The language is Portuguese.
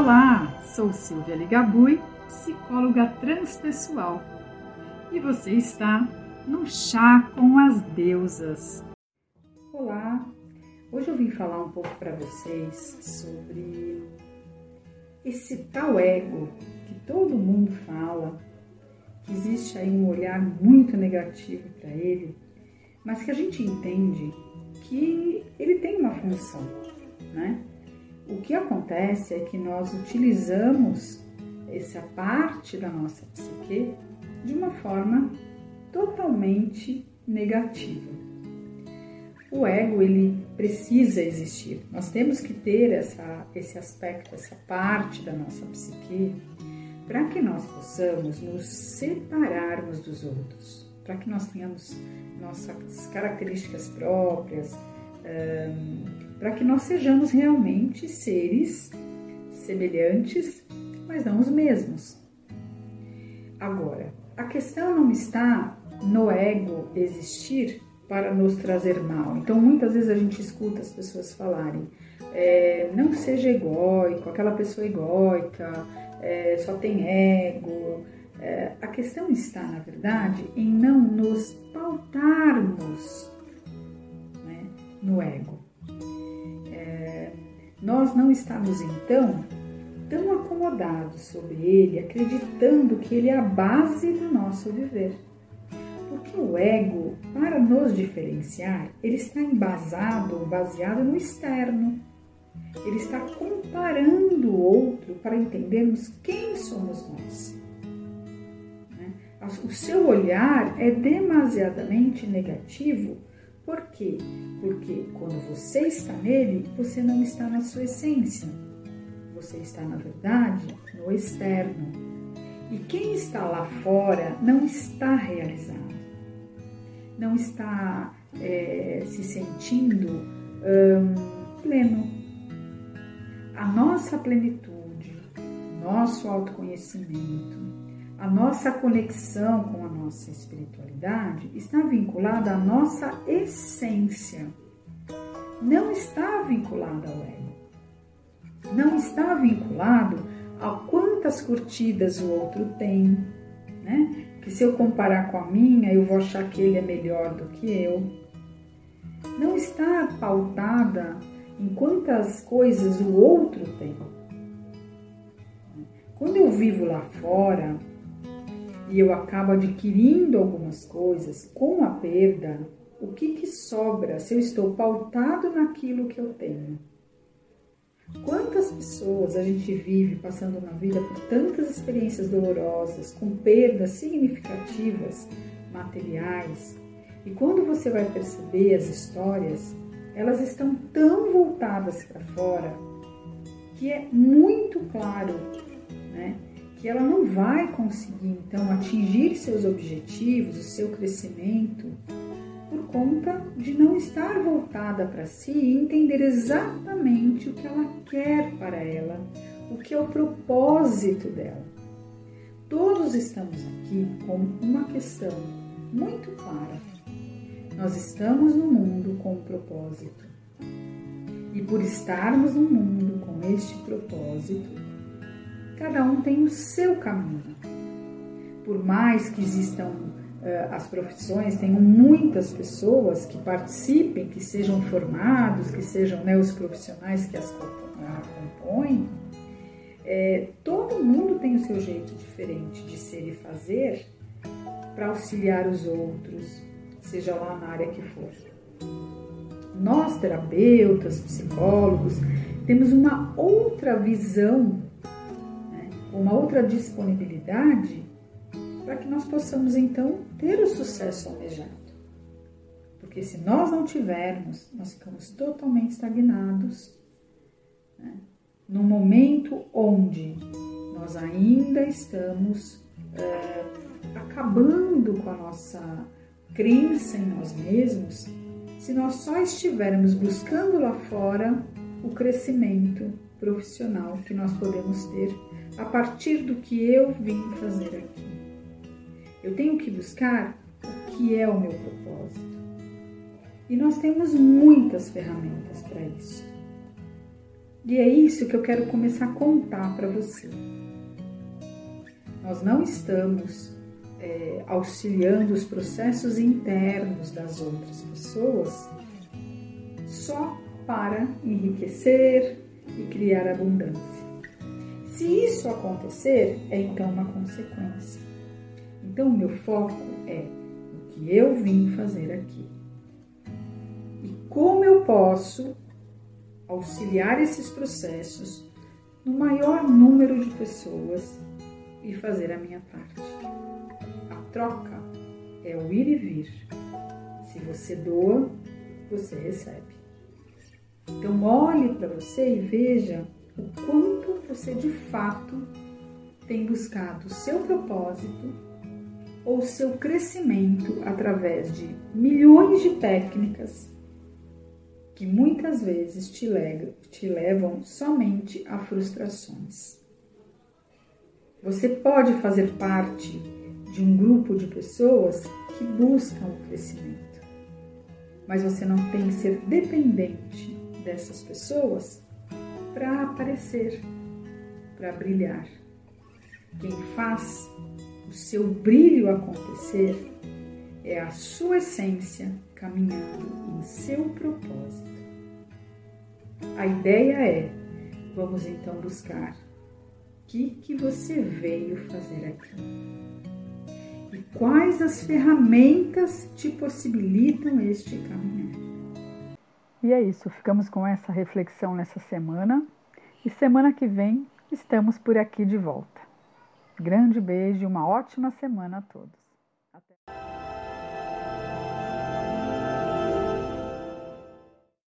Olá, sou Silvia Ligabui, psicóloga transpessoal, e você está no Chá com as Deusas. Olá, hoje eu vim falar um pouco para vocês sobre esse tal ego que todo mundo fala, que existe aí um olhar muito negativo para ele, mas que a gente entende que ele tem uma função, né? O que acontece é que nós utilizamos essa parte da nossa psique de uma forma totalmente negativa. O ego, ele precisa existir. Nós temos que ter esse aspecto, essa parte da nossa psique, para que nós possamos nos separarmos dos outros, para que nós tenhamos nossas características próprias, para que nós sejamos realmente seres semelhantes, mas não os mesmos. Agora, a questão não está no ego existir para nos trazer mal. Então, muitas vezes a gente escuta as pessoas falarem, não seja egóico, aquela pessoa egóica, só tem ego. A questão está, na verdade, em não nos pautarmos, né, no ego. Nós não estamos, então, tão acomodados sobre ele, acreditando que ele é a base do nosso viver. Porque o ego, para nos diferenciar, ele está baseado no externo. Ele está comparando o outro para entendermos quem somos nós. O seu olhar é demasiadamente negativo. Por quê? Porque quando você está nele, você não está na sua essência. Você está, na verdade, no externo. E quem está lá fora não está realizado. Não está se sentindo pleno. A nossa plenitude, nosso autoconhecimento, a nossa conexão com a nossa espiritualidade está vinculada à nossa essência. Não está vinculada ao ego. Não está vinculado a quantas curtidas o outro tem, né? Que se eu comparar com a minha, eu vou achar que ele é melhor do que eu. Não está pautada em quantas coisas o outro tem. Quando eu vivo lá fora e eu acabo adquirindo algumas coisas com a perda, o que sobra se eu estou pautado naquilo que eu tenho? Quantas pessoas a gente vive passando na vida por tantas experiências dolorosas, com perdas significativas, materiais, e quando você vai perceber as histórias, elas estão tão voltadas para fora que é muito claro, né, que ela não vai conseguir, então, atingir seus objetivos, o seu crescimento, por conta de não estar voltada para si e entender exatamente o que ela quer para ela, o que é o propósito dela. Todos estamos aqui com uma questão muito clara. Nós estamos no mundo com um propósito. E por estarmos no mundo com este propósito, cada um tem o seu caminho. Por mais que existam as profissões, tenham muitas pessoas que participem, que sejam formados, que sejam, né, os profissionais que as compõem, todo mundo tem o seu jeito diferente de ser e fazer para auxiliar os outros, seja lá na área que for. Nós, terapeutas, psicólogos, temos uma outra visão, né, uma outra disponibilidade para que nós possamos, então, ter o sucesso almejado. Porque se nós não tivermos, nós ficamos totalmente estagnados, né, num momento onde nós ainda estamos acabando com a nossa crença em nós mesmos, se nós só estivermos buscando lá fora o crescimento profissional que nós podemos ter a partir do que eu vim fazer aqui. Eu tenho que buscar o que é o meu propósito. E nós temos muitas ferramentas para isso. E é isso que eu quero começar a contar para você. Nós não estamos auxiliando os processos internos das outras pessoas só para enriquecer e criar abundância. Se isso acontecer, é então uma consequência. Então, o meu foco é o que eu vim fazer aqui. E como eu posso auxiliar esses processos no maior número de pessoas e fazer a minha parte. A troca é o ir e vir. Se você doa, você recebe. Então, olhe para você e veja o quanto você de fato tem buscado o seu propósito ou o seu crescimento através de milhões de técnicas que muitas vezes te levam somente a frustrações. Você pode fazer parte de um grupo de pessoas que buscam o crescimento, mas você não tem que ser dependente dessas pessoas para aparecer, para brilhar. Quem faz o seu brilho acontecer é a sua essência caminhando em seu propósito. A ideia é, vamos então buscar o que você veio fazer aqui. E quais as ferramentas te possibilitam este caminhar. E é isso, ficamos com essa reflexão nessa semana. E semana que vem estamos por aqui de volta. Grande beijo e uma ótima semana a todos.